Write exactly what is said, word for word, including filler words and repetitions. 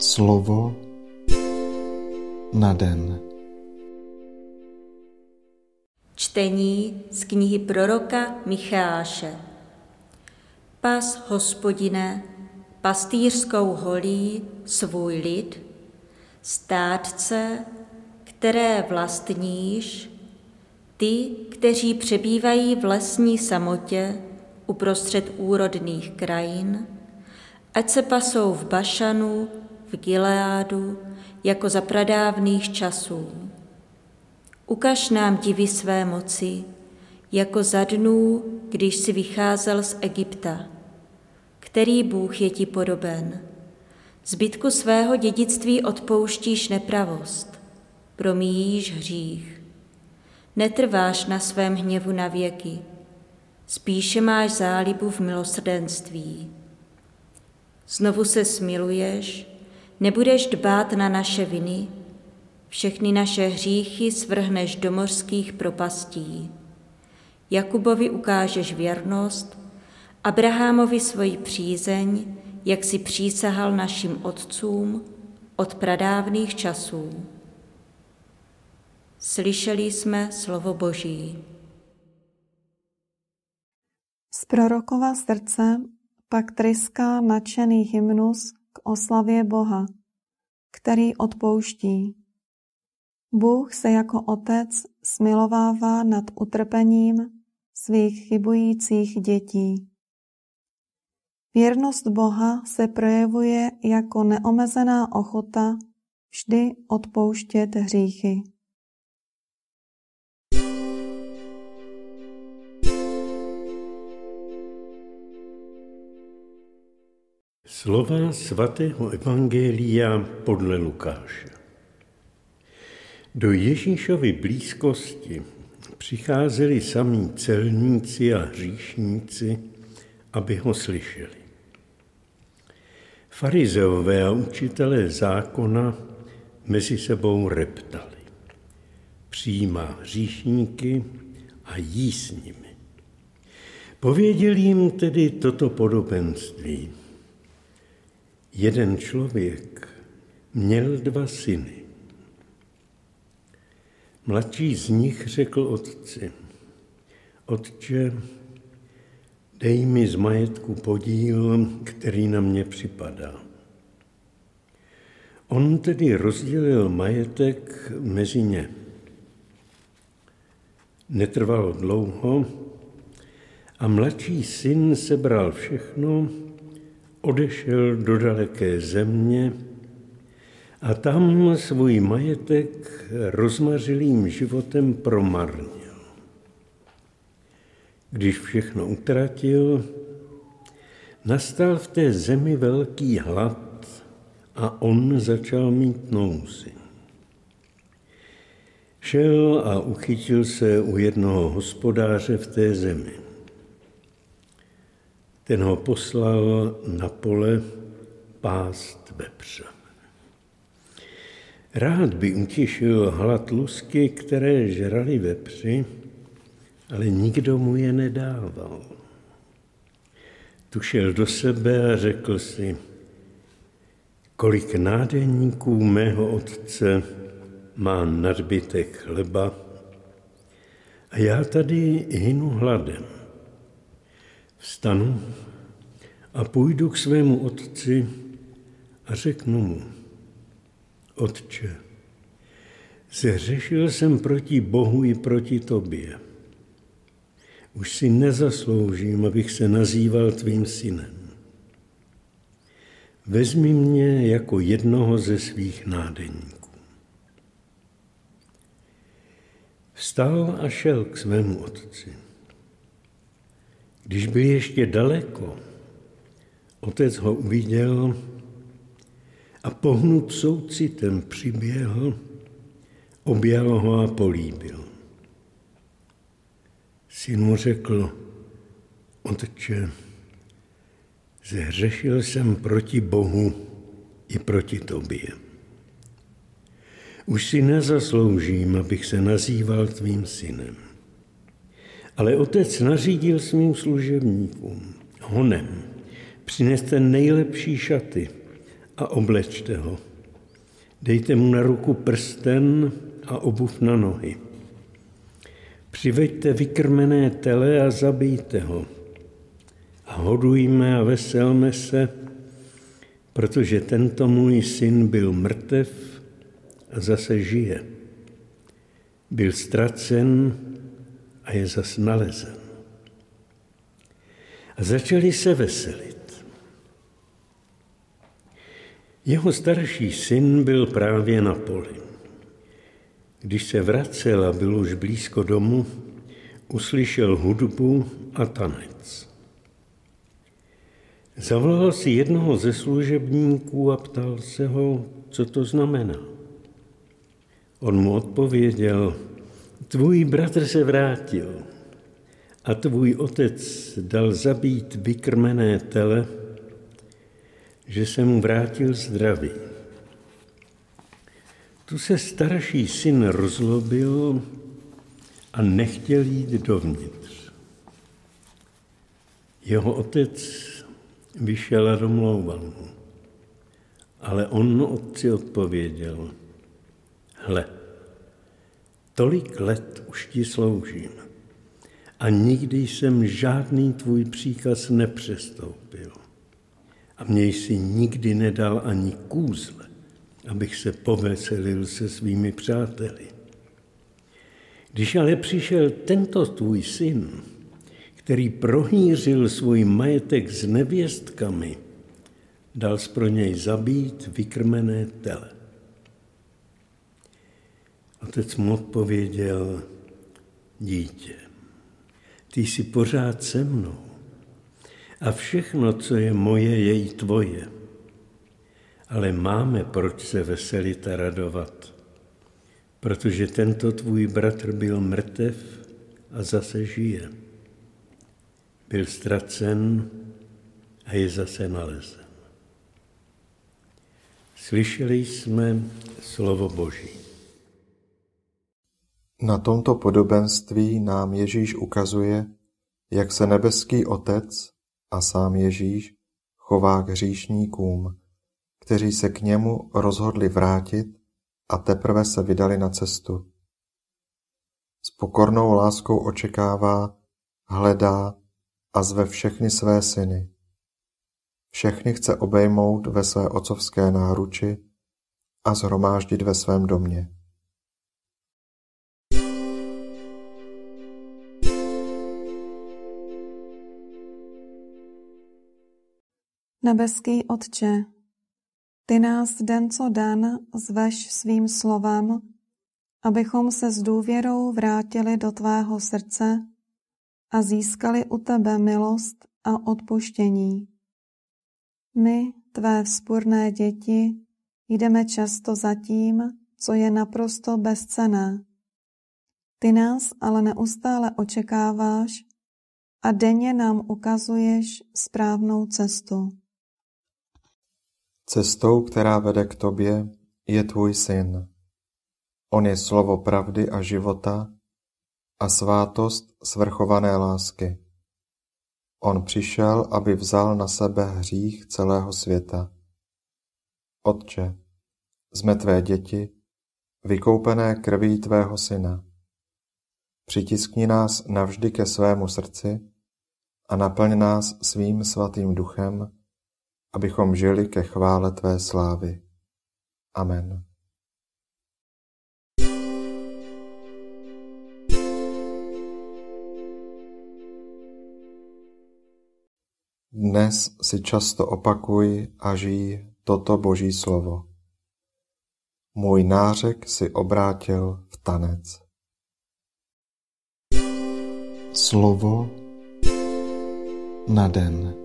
Slovo na den. Čtení z knihy proroka Micheáše. Pas, Hospodine, pastýřskou holí svůj lid, stádce, které vlastníš, ty, kteří přebývají v lesní samotě uprostřed úrodných krajin, ať se pasou v Bašanu, v Gileádu, jako za pradávných časů. Ukaž nám divy své moci, jako za dnů, když jsi vycházel z Egypta. Který Bůh je ti podoben? Zbytku svého dědictví odpouštíš nepravost, promíjíš hřích. Netrváš na svém hněvu na věky, spíše máš zálibu v milosrdenství. Znovu se smiluješ, nebudeš dbát na naše viny, všechny naše hříchy svrhneš do mořských propastí. Jakubovi ukážeš věrnost, Abrahamovi svoji přízeň, jak si přísahal našim otcům od pradávných časů. Slyšeli jsme slovo Boží. Z prorokova srdce pak tryská nadšený hymnus k oslavě Boha, který odpouští. Bůh se jako otec smilovává nad utrpením svých chybujících dětí. Věrnost Boha se projevuje jako neomezená ochota vždy odpouštět hříchy. Slova svatého evangelia podle Lukáše. Do Ježíšovy blízkosti přicházeli samí celníci a hříšníci, aby ho slyšeli. Farizeové a učitelé zákona mezi sebou reptali. Přijímá hříšníky a jí s nimi. Pověděl jim tedy toto podobenství. Jeden člověk měl dva syny. Mladší z nich řekl otci: Otče, dej mi z majetku podíl, který na mě připadá. On tedy rozdělil majetek mezi ně. Netrvalo dlouho a mladší syn sebral všechno, odešel do daleké země a tam svůj majetek rozmařilým životem promarnil. Když všechno utratil, nastal v té zemi velký hlad a on začal mít nouzi. Šel a uchytil se u jednoho hospodáře v té zemi. Ten ho poslal na pole pást vepře. Rád by utišil hlad lusky, které žrali vepři, ale nikdo mu je nedával. Tu šel do sebe a řekl si: kolik nádeníků mého otce má nadbytek chleba a já tady hynu hladem. Vstanu a půjdu k svému otci a řeknu mu: Otče, zhřešil jsem proti Bohu i proti tobě. Už si nezasloužím, abych se nazýval tvým synem. Vezmi mě jako jednoho ze svých nádeníků. Vstal a šel k svému otci. Když byl ještě daleko, otec ho uviděl a pohnut soucitem přiběhl, objal ho a políbil. Syn mu řekl: Otče, zhřešil jsem proti Bohu i proti tobě. Už si nezasloužím, abych se nazýval tvým synem. Ale otec nařídil svým služebníkům: Honem, přineste nejlepší šaty a oblečte ho. Dejte mu na ruku prsten a obuv na nohy. Přiveďte vykrmené tele a zabijte ho. A hodujme a veselme se, protože tento můj syn byl mrtev a zase žije. Byl ztracen a je zas nalezen. A začali se veselit. Jeho starší syn byl právě na poli. Když se vracel a byl už blízko domu, uslyšel hudbu a tanec. Zavolal si jednoho ze služebníků a ptal se ho, co to znamená. On mu odpověděl, tvůj bratr se vrátil a tvůj otec dal zabít vykrmené tele, že se mu vrátil zdravý. Tu se starší syn rozlobil a nechtěl jít dovnitř. Jeho otec vyšel a domlouval mu. Ale on otci odpověděl, hle, tolik let už ti sloužím a nikdy jsem žádný tvůj příkaz nepřestoupil. A mě jsi nikdy nedal ani kůzle, abych se poveselil se svými přáteli. Když ale přišel tento tvůj syn, který prohýřil svůj majetek s nevěstkami, dal jsi pro něj zabít vykrmené tele. Otec mu odpověděl, dítě, ty jsi pořád se mnou a všechno, co je moje, je i tvoje. Ale máme proč se veselit a radovat, protože tento tvůj bratr byl mrtev a zase žije. Byl ztracen a je zase nalezen. Slyšeli jsme slovo Boží. Na tomto podobenství nám Ježíš ukazuje, jak se nebeský Otec a sám Ježíš chová k hříšníkům, kteří se k němu rozhodli vrátit a teprve se vydali na cestu. S pokornou láskou očekává, hledá a zve všechny své syny. Všechny chce obejmout ve své otcovské náruči a shromáždit ve svém domě. Nebeský Otče, ty nás den co den zveš svým slovem, abychom se s důvěrou vrátili do tvého srdce a získali u tebe milost a odpuštění. My, tvé vzpurné děti, jdeme často za tím, co je naprosto bezcenné. Ty nás ale neustále očekáváš a denně nám ukazuješ správnou cestu. Cestou, která vede k tobě, je tvůj syn. On je slovo pravdy a života a svátost svrchované lásky. On přišel, aby vzal na sebe hřích celého světa. Otče, jsme tvé děti, vykoupené krví tvého syna. Přitiskni nás navždy ke svému srdci a naplň nás svým svatým duchem, abychom žili ke chvále tvé slávy. Amen. Dnes si často opakuj a žij toto Boží slovo. Můj nářek si obrátil v tanec. Slovo na den.